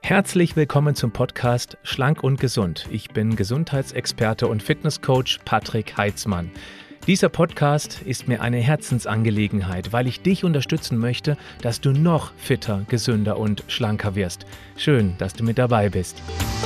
Herzlich willkommen zum Podcast Schlank und Gesund. Ich bin Gesundheitsexperte und Fitnesscoach Patrick Heitzmann. Dieser Podcast ist mir eine Herzensangelegenheit, weil ich dich unterstützen möchte, dass du noch fitter, gesünder und schlanker wirst. Schön, dass du mit dabei bist.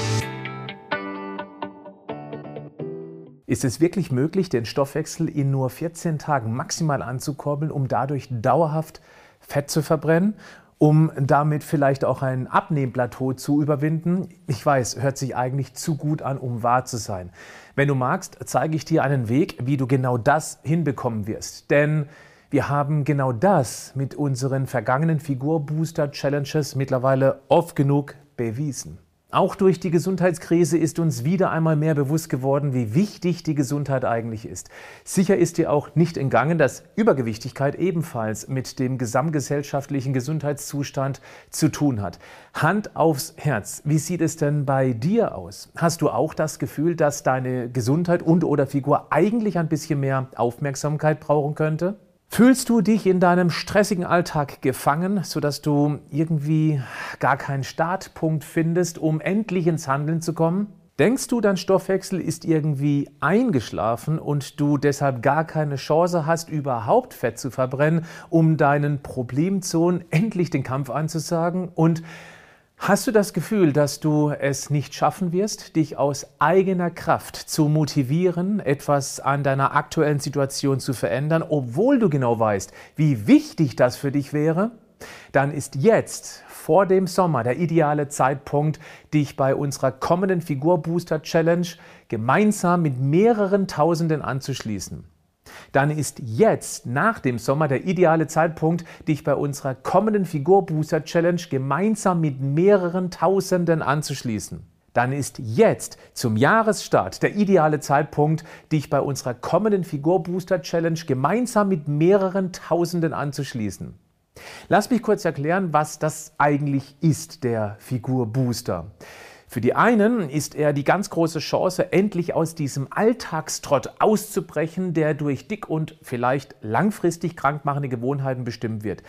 Ist es wirklich möglich, den Stoffwechsel in nur 14 Tagen maximal anzukurbeln, um dadurch dauerhaft Fett zu verbrennen? Um damit vielleicht auch ein Abnehmplateau zu überwinden? Ich weiß, hört sich eigentlich zu gut an, um wahr zu sein. Wenn du magst, zeige ich dir einen Weg, wie du genau das hinbekommen wirst. Denn wir haben genau das mit unseren vergangenen Figur-Booster-Challenges mittlerweile oft genug bewiesen. Auch durch die Gesundheitskrise ist uns wieder einmal mehr bewusst geworden, wie wichtig die Gesundheit eigentlich ist. Sicher ist dir auch nicht entgangen, dass Übergewichtigkeit ebenfalls mit dem gesamtgesellschaftlichen Gesundheitszustand zu tun hat. Hand aufs Herz, wie sieht es denn bei dir aus? Hast du auch das Gefühl, dass deine Gesundheit und/oder Figur eigentlich ein bisschen mehr Aufmerksamkeit brauchen könnte? Fühlst du dich in deinem stressigen Alltag gefangen, sodass du irgendwie gar keinen Startpunkt findest, um endlich ins Handeln zu kommen? Denkst du, dein Stoffwechsel ist irgendwie eingeschlafen und du deshalb gar keine Chance hast, überhaupt Fett zu verbrennen, um deinen Problemzonen endlich den Kampf anzusagen? Und hast du das Gefühl, dass du es nicht schaffen wirst, dich aus eigener Kraft zu motivieren, etwas an deiner aktuellen Situation zu verändern, obwohl du genau weißt, wie wichtig das für dich wäre? Dann ist jetzt vor dem Sommer der ideale Zeitpunkt, dich bei unserer kommenden Figur-Booster-Challenge gemeinsam mit mehreren Tausenden anzuschließen. Dann ist jetzt nach dem Sommer der ideale Zeitpunkt, dich bei unserer kommenden Figur-Booster-Challenge gemeinsam mit mehreren Tausenden anzuschließen. Dann ist jetzt zum Jahresstart der ideale Zeitpunkt, dich bei unserer kommenden Figur-Booster-Challenge gemeinsam mit mehreren Tausenden anzuschließen. Lass mich kurz erklären, was das eigentlich ist, der Figur-Booster. Für die einen ist er die ganz große Chance, endlich aus diesem Alltagstrott auszubrechen, der durch dick und vielleicht langfristig krankmachende Gewohnheiten bestimmt wird.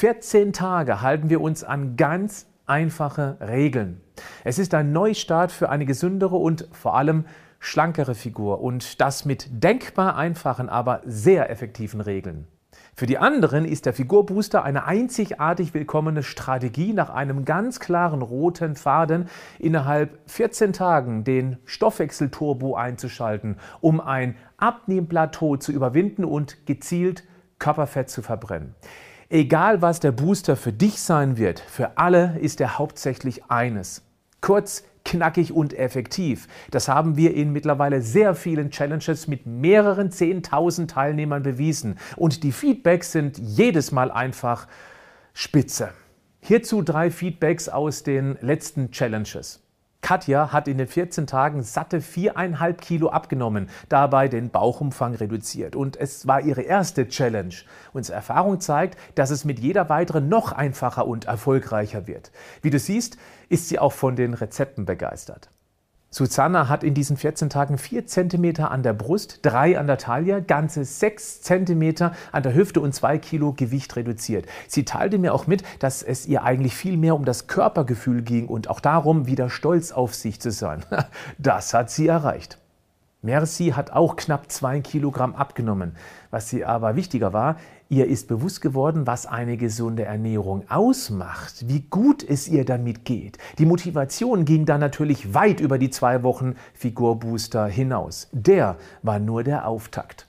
14 Tage halten wir uns an ganz einfache Regeln. Es ist ein Neustart für eine gesündere und vor allem schlankere Figur und das mit denkbar einfachen, aber sehr effektiven Regeln. Für die anderen ist der Figur-Booster eine einzigartig willkommene Strategie, nach einem ganz klaren roten Faden innerhalb 14 Tagen den Stoffwechselturbo einzuschalten, um ein Abnehmplateau zu überwinden und gezielt Körperfett zu verbrennen. Egal, was der Booster für dich sein wird, für alle ist er hauptsächlich eines: kurz, knackig und effektiv. Das haben wir in mittlerweile sehr vielen Challenges mit mehreren 10.000 Teilnehmern bewiesen. Und die Feedbacks sind jedes Mal einfach spitze. Hierzu 3 Feedbacks aus den letzten Challenges. Katja hat in den 14 Tagen satte 4,5 Kilo abgenommen, dabei den Bauchumfang reduziert. Und es war ihre erste Challenge. Unsere Erfahrung zeigt, dass es mit jeder weiteren noch einfacher und erfolgreicher wird. Wie du siehst, ist sie auch von den Rezepten begeistert. Susanna hat in diesen 14 Tagen 4 cm an der Brust, 3 an der Taille, ganze 6 cm an der Hüfte und 2 Kilo Gewicht reduziert. Sie teilte mir auch mit, dass es ihr eigentlich viel mehr um das Körpergefühl ging und auch darum, wieder stolz auf sich zu sein. Das hat sie erreicht. Merci hat auch knapp 2 Kilogramm abgenommen. Was ihr aber wichtiger war, ihr ist bewusst geworden, was eine gesunde Ernährung ausmacht, wie gut es ihr damit geht. Die Motivation ging dann natürlich weit über die 2 Wochen Figur-Booster hinaus. Der war nur der Auftakt.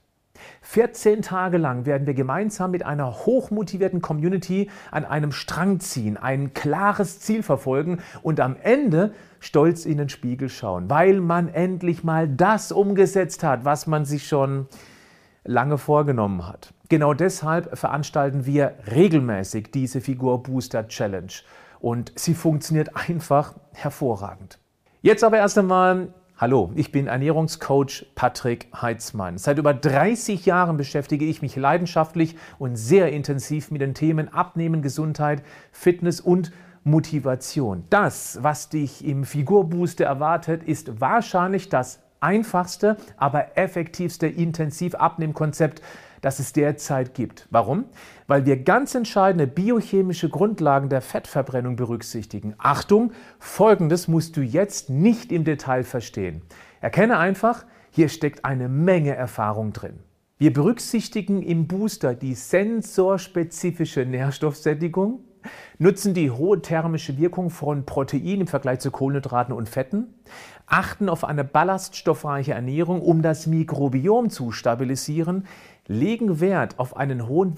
14 Tage lang werden wir gemeinsam mit einer hochmotivierten Community an einem Strang ziehen, ein klares Ziel verfolgen und am Ende stolz in den Spiegel schauen, weil man endlich mal das umgesetzt hat, was man sich schon lange vorgenommen hat. Genau deshalb veranstalten wir regelmäßig diese Figur-Booster-Challenge und sie funktioniert einfach hervorragend. Jetzt aber erst einmal: Hallo, ich bin Ernährungscoach Patrick Heitzmann. Seit über 30 Jahren beschäftige ich mich leidenschaftlich und sehr intensiv mit den Themen Abnehmen, Gesundheit, Fitness und Motivation. Das, was dich im Figur-Booster erwartet, ist wahrscheinlich das einfachste, aber effektivste Intensiv-Abnehmkonzept, das es derzeit gibt. Warum? Weil wir ganz entscheidende biochemische Grundlagen der Fettverbrennung berücksichtigen. Achtung, Folgendes musst du jetzt nicht im Detail verstehen. Erkenne einfach, hier steckt eine Menge Erfahrung drin. Wir berücksichtigen im Booster die sensorspezifische Nährstoffsättigung, nutzen die hohe thermische Wirkung von Proteinen im Vergleich zu Kohlenhydraten und Fetten, achten auf eine ballaststoffreiche Ernährung, um das Mikrobiom zu stabilisieren, legen Wert auf einen hohen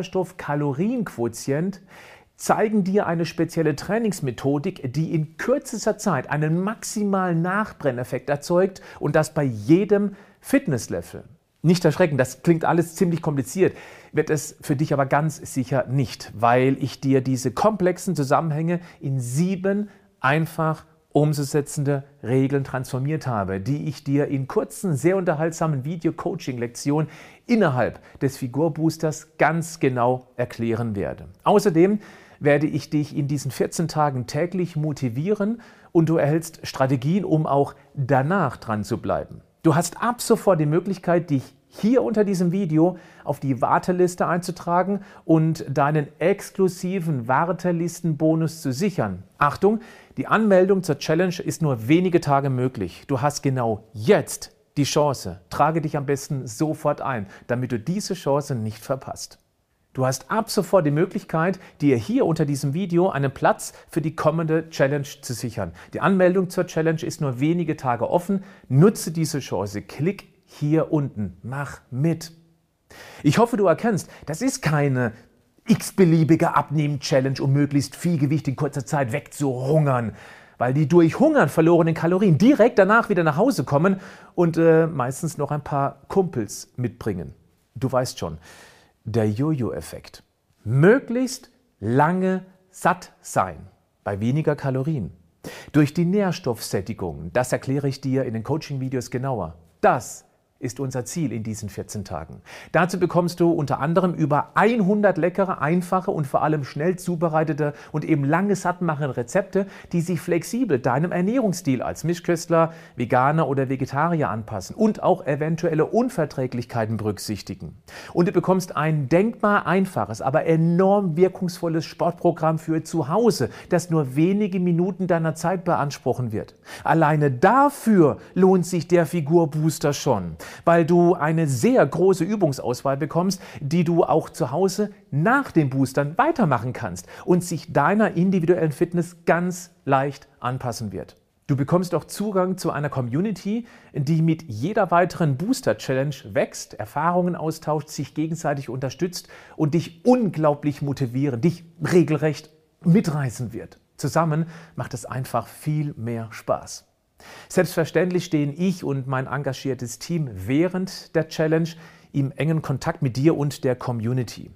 Vitalstoff-Kalorienquotient, zeigen dir eine spezielle Trainingsmethodik, die in kürzester Zeit einen maximalen Nachbrenneffekt erzeugt und das bei jedem Fitnesslevel. Nicht erschrecken, das klingt alles ziemlich kompliziert, wird es für dich aber ganz sicher nicht, weil ich dir diese komplexen Zusammenhänge in 7 einfach umzusetzende Regeln transformiert habe, die ich dir in kurzen, sehr unterhaltsamen Video-Coaching-Lektionen innerhalb des Figurboosters ganz genau erklären werde. Außerdem werde ich dich in diesen 14 Tagen täglich motivieren und du erhältst Strategien, um auch danach dran zu bleiben. Du hast ab sofort die Möglichkeit, dich hier unter diesem Video auf die Warteliste einzutragen und deinen exklusiven Wartelistenbonus zu sichern. Achtung, die Anmeldung zur Challenge ist nur wenige Tage möglich. Du hast genau jetzt die Chance. Trage dich am besten sofort ein, damit du diese Chance nicht verpasst. Du hast ab sofort die Möglichkeit, dir hier unter diesem Video einen Platz für die kommende Challenge zu sichern. Die Anmeldung zur Challenge ist nur wenige Tage offen. Nutze diese Chance. Klick hier unten. Mach mit. Ich hoffe, du erkennst, das ist keine x-beliebige Abnehmen-Challenge, um möglichst viel Gewicht in kurzer Zeit wegzuhungern, weil die durch Hungern verlorenen Kalorien direkt danach wieder nach Hause kommen und meistens noch ein paar Kumpels mitbringen. Du weißt schon, der Jojo-Effekt. Möglichst lange satt sein bei weniger Kalorien. Durch die Nährstoffsättigung, das erkläre ich dir in den Coaching-Videos genauer. Das ist unser Ziel in diesen 14 Tagen. Dazu bekommst du unter anderem über 100 leckere, einfache und vor allem schnell zubereitete und eben lange sattmachende Rezepte, die sich flexibel deinem Ernährungsstil als Mischköstler, Veganer oder Vegetarier anpassen und auch eventuelle Unverträglichkeiten berücksichtigen. Und du bekommst ein denkbar einfaches, aber enorm wirkungsvolles Sportprogramm für zu Hause, das nur wenige Minuten deiner Zeit beanspruchen wird. Alleine dafür lohnt sich der Figurbooster schon, weil du eine sehr große Übungsauswahl bekommst, die du auch zu Hause nach den Boostern weitermachen kannst und sich deiner individuellen Fitness ganz leicht anpassen wird. Du bekommst auch Zugang zu einer Community, die mit jeder weiteren Booster-Challenge wächst, Erfahrungen austauscht, sich gegenseitig unterstützt und dich unglaublich motivieren, dich regelrecht mitreißen wird. Zusammen macht es einfach viel mehr Spaß. Selbstverständlich stehen ich und mein engagiertes Team während der Challenge im engen Kontakt mit dir und der Community.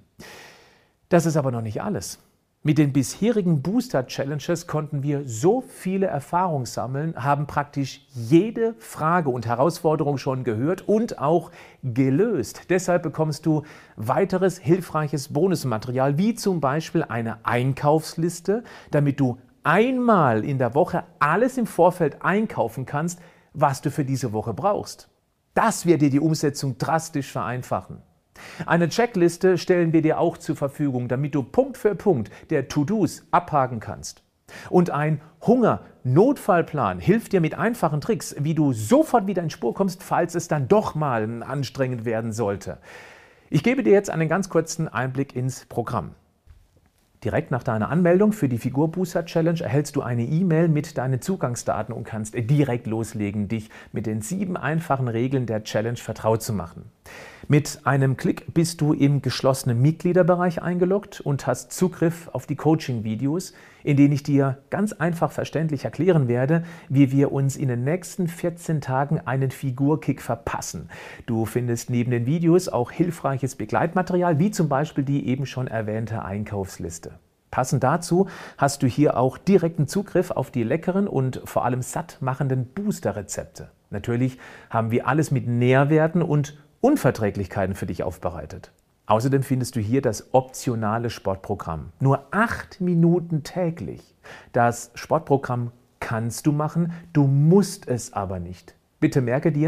Das ist aber noch nicht alles. Mit den bisherigen Booster-Challenges konnten wir so viele Erfahrungen sammeln, haben praktisch jede Frage und Herausforderung schon gehört und auch gelöst. Deshalb bekommst du weiteres hilfreiches Bonusmaterial, wie zum Beispiel eine Einkaufsliste, damit du einmal in der Woche alles im Vorfeld einkaufen kannst, was du für diese Woche brauchst. Das wird dir die Umsetzung drastisch vereinfachen. Eine Checkliste stellen wir dir auch zur Verfügung, damit du Punkt für Punkt der To-Dos abhaken kannst. Und ein Hunger-Notfallplan hilft dir mit einfachen Tricks, wie du sofort wieder in Spur kommst, falls es dann doch mal anstrengend werden sollte. Ich gebe dir jetzt einen ganz kurzen Einblick ins Programm. Direkt nach deiner Anmeldung für die Figurbooster Challenge erhältst du eine E-Mail mit deinen Zugangsdaten und kannst direkt loslegen, dich mit den 7 einfachen Regeln der Challenge vertraut zu machen. Mit einem Klick bist du im geschlossenen Mitgliederbereich eingeloggt und hast Zugriff auf die Coaching-Videos, in denen ich dir ganz einfach verständlich erklären werde, wie wir uns in den nächsten 14 Tagen einen Figurkick verpassen. Du findest neben den Videos auch hilfreiches Begleitmaterial, wie zum Beispiel die eben schon erwähnte Einkaufsliste. Passend dazu hast du hier auch direkten Zugriff auf die leckeren und vor allem sattmachenden Booster-Rezepte. Natürlich haben wir alles mit Nährwerten und Unverträglichkeiten für dich aufbereitet. Außerdem findest du hier das optionale Sportprogramm. Nur 8 Minuten täglich. Das Sportprogramm kannst du machen, du musst es aber nicht. Bitte merke dir,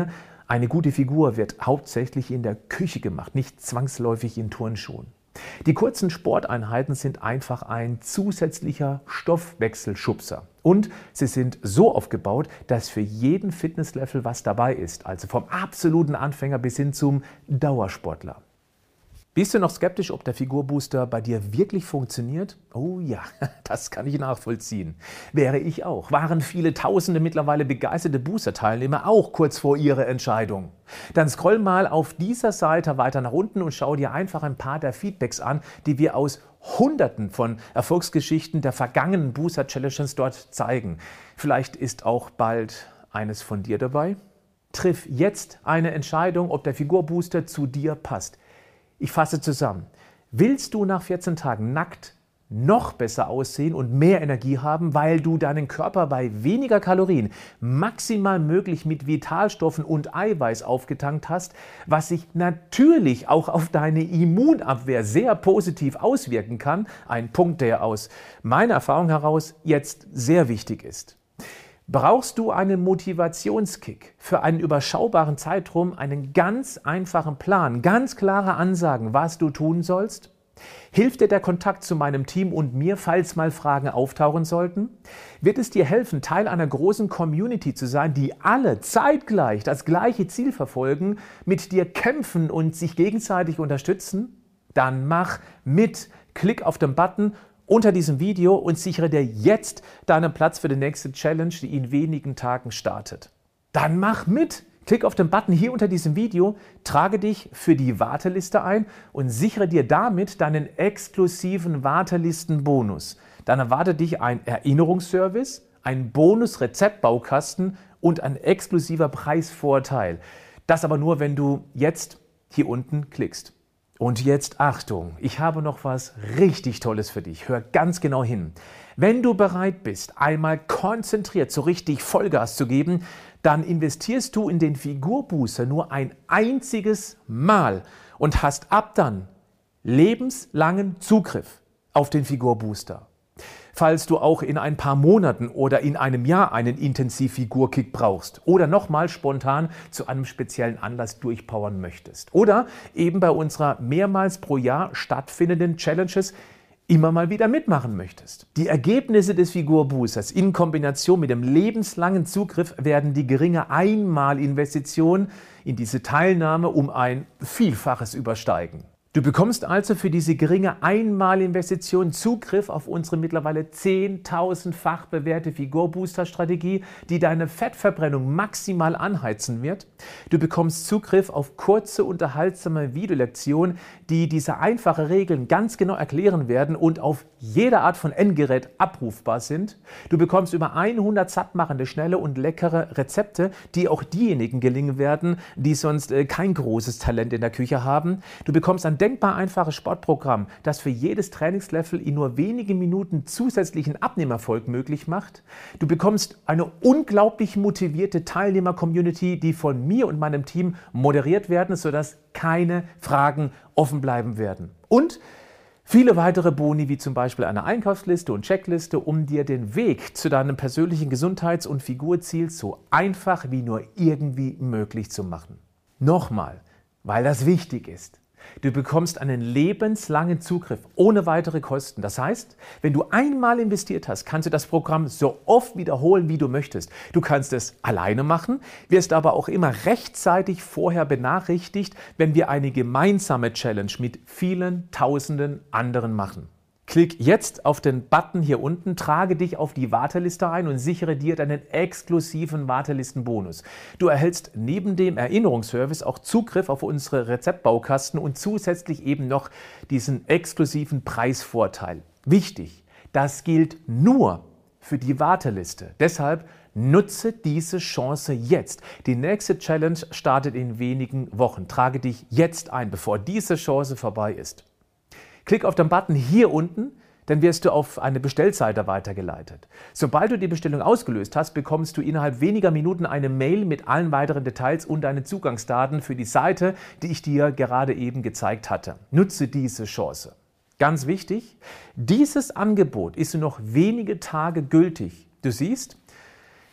Eine gute Figur wird hauptsächlich in der Küche gemacht, nicht zwangsläufig in Turnschuhen. Die kurzen Sporteinheiten sind einfach ein zusätzlicher Stoffwechselschubser. Und sie sind so aufgebaut, dass für jeden Fitnesslevel was dabei ist. Also vom absoluten Anfänger bis hin zum Dauersportler. Bist du noch skeptisch, ob der Figurbooster bei dir wirklich funktioniert? Oh ja, das kann ich nachvollziehen. Wäre ich auch. Waren viele Tausende mittlerweile begeisterte Booster-Teilnehmer auch kurz vor ihrer Entscheidung. Dann scroll mal auf dieser Seite weiter nach unten und schau dir einfach ein paar der Feedbacks an, die wir aus Hunderten von Erfolgsgeschichten der vergangenen Booster-Challenges dort zeigen. Vielleicht ist auch bald eines von dir dabei. Triff jetzt eine Entscheidung, ob der Figurbooster zu dir passt. Ich fasse zusammen. Willst du nach 14 Tagen nackt noch besser aussehen und mehr Energie haben, weil du deinen Körper bei weniger Kalorien maximal möglich mit Vitalstoffen und Eiweiß aufgetankt hast, was sich natürlich auch auf deine Immunabwehr sehr positiv auswirken kann? Ein Punkt, der aus meiner Erfahrung heraus jetzt sehr wichtig ist. Brauchst du einen Motivationskick für einen überschaubaren Zeitraum, einen ganz einfachen Plan, ganz klare Ansagen, was du tun sollst? Hilft dir der Kontakt zu meinem Team und mir, falls mal Fragen auftauchen sollten? Wird es dir helfen, Teil einer großen Community zu sein, die alle zeitgleich das gleiche Ziel verfolgen, mit dir kämpfen und sich gegenseitig unterstützen? Dann mach mit. Klick auf den Button unter diesem Video und sichere dir jetzt deinen Platz für die nächste Challenge, die in wenigen Tagen startet. Dann mach mit! Klick auf den Button hier unter diesem Video, trage dich für die Warteliste ein und sichere dir damit deinen exklusiven Wartelistenbonus. Dann erwartet dich ein Erinnerungsservice, ein Bonus-Rezeptbaukasten und ein exklusiver Preisvorteil. Das aber nur, wenn du jetzt hier unten klickst. Und jetzt Achtung, ich habe noch was richtig Tolles für dich. Hör ganz genau hin. Wenn du bereit bist, einmal konzentriert so richtig Vollgas zu geben, dann investierst du in den Figurbooster nur ein einziges Mal und hast ab dann lebenslangen Zugriff auf den Figurbooster. Falls du auch in ein paar Monaten oder in einem Jahr einen Intensivfigurkick brauchst oder nochmal spontan zu einem speziellen Anlass durchpowern möchtest oder eben bei unserer mehrmals pro Jahr stattfindenden Challenges immer mal wieder mitmachen möchtest. Die Ergebnisse des Figurboosters in Kombination mit dem lebenslangen Zugriff werden die geringe Einmalinvestition in diese Teilnahme um ein Vielfaches übersteigen. Du bekommst also für diese geringe Einmalinvestition Zugriff auf unsere mittlerweile 10.000-fach bewährte Figurbooster-Strategie, die deine Fettverbrennung maximal anheizen wird. Du bekommst Zugriff auf kurze, unterhaltsame Videolektionen, die diese einfachen Regeln ganz genau erklären werden und auf jeder Art von Endgerät abrufbar sind. Du bekommst über 100 sattmachende, schnelle und leckere Rezepte, die auch diejenigen gelingen werden, die sonst kein großes Talent in der Küche haben. Du bekommst ein denkbar einfaches Sportprogramm, das für jedes Trainingslevel in nur wenigen Minuten zusätzlichen Abnehmerfolg möglich macht. Du bekommst eine unglaublich motivierte Teilnehmer-Community, die von mir und meinem Team moderiert werden, sodass keine Fragen offen bleiben werden. Und viele weitere Boni, wie zum Beispiel eine Einkaufsliste und Checkliste, um dir den Weg zu deinem persönlichen Gesundheits- und Figurziel so einfach wie nur irgendwie möglich zu machen. Nochmal, weil das wichtig ist. Du bekommst einen lebenslangen Zugriff ohne weitere Kosten. Das heißt, wenn du einmal investiert hast, kannst du das Programm so oft wiederholen, wie du möchtest. Du kannst es alleine machen, wirst aber auch immer rechtzeitig vorher benachrichtigt, wenn wir eine gemeinsame Challenge mit vielen Tausenden anderen machen. Klick jetzt auf den Button hier unten, trage dich auf die Warteliste ein und sichere dir deinen exklusiven Wartelistenbonus. Du erhältst neben dem Erinnerungsservice auch Zugriff auf unsere Rezeptbaukasten und zusätzlich eben noch diesen exklusiven Preisvorteil. Wichtig, das gilt nur für die Warteliste. Deshalb nutze diese Chance jetzt. Die nächste Challenge startet in wenigen Wochen. Trage dich jetzt ein, bevor diese Chance vorbei ist. Klick auf den Button hier unten, dann wirst du auf eine Bestellseite weitergeleitet. Sobald du die Bestellung ausgelöst hast, bekommst du innerhalb weniger Minuten eine Mail mit allen weiteren Details und deine Zugangsdaten für die Seite, die ich dir gerade eben gezeigt hatte. Nutze diese Chance. Ganz wichtig, dieses Angebot ist nur noch wenige Tage gültig. Du siehst,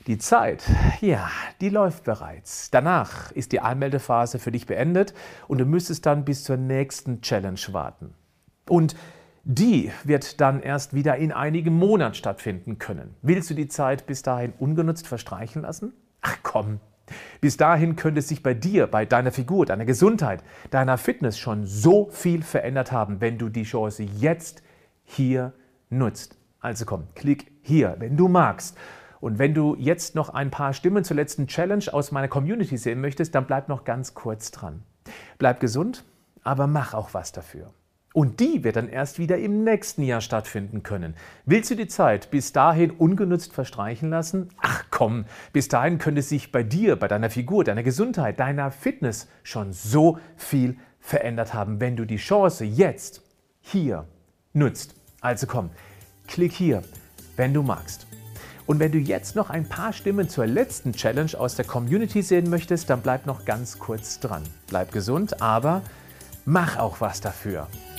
Die Zeit, ja, die läuft bereits. Danach ist die Anmeldephase für dich beendet und du müsstest dann bis zur nächsten Challenge warten. Und die wird dann erst wieder in einigen Monaten stattfinden können. Willst du die Zeit bis dahin ungenutzt verstreichen lassen? Ach komm, bis dahin könnte sich bei dir, bei deiner Figur, deiner Gesundheit, deiner Fitness schon so viel verändert haben, wenn du die Chance jetzt hier nutzt. Also komm, klick hier, wenn du magst. Und wenn du jetzt noch ein paar Stimmen zur letzten Challenge aus meiner Community sehen möchtest, dann bleib noch ganz kurz dran. Bleib gesund, aber mach auch was dafür. Und die wird dann erst wieder im nächsten Jahr stattfinden können. Willst du die Zeit bis dahin ungenutzt verstreichen lassen? Ach komm, bis dahin könnte sich bei dir, bei deiner Figur, deiner Gesundheit, deiner Fitness schon so viel verändert haben, wenn du die Chance jetzt hier nutzt. Also komm, klick hier, wenn du magst. Und wenn du jetzt noch ein paar Stimmen zur letzten Challenge aus der Community sehen möchtest, dann bleib noch ganz kurz dran. Bleib gesund, aber mach auch was dafür.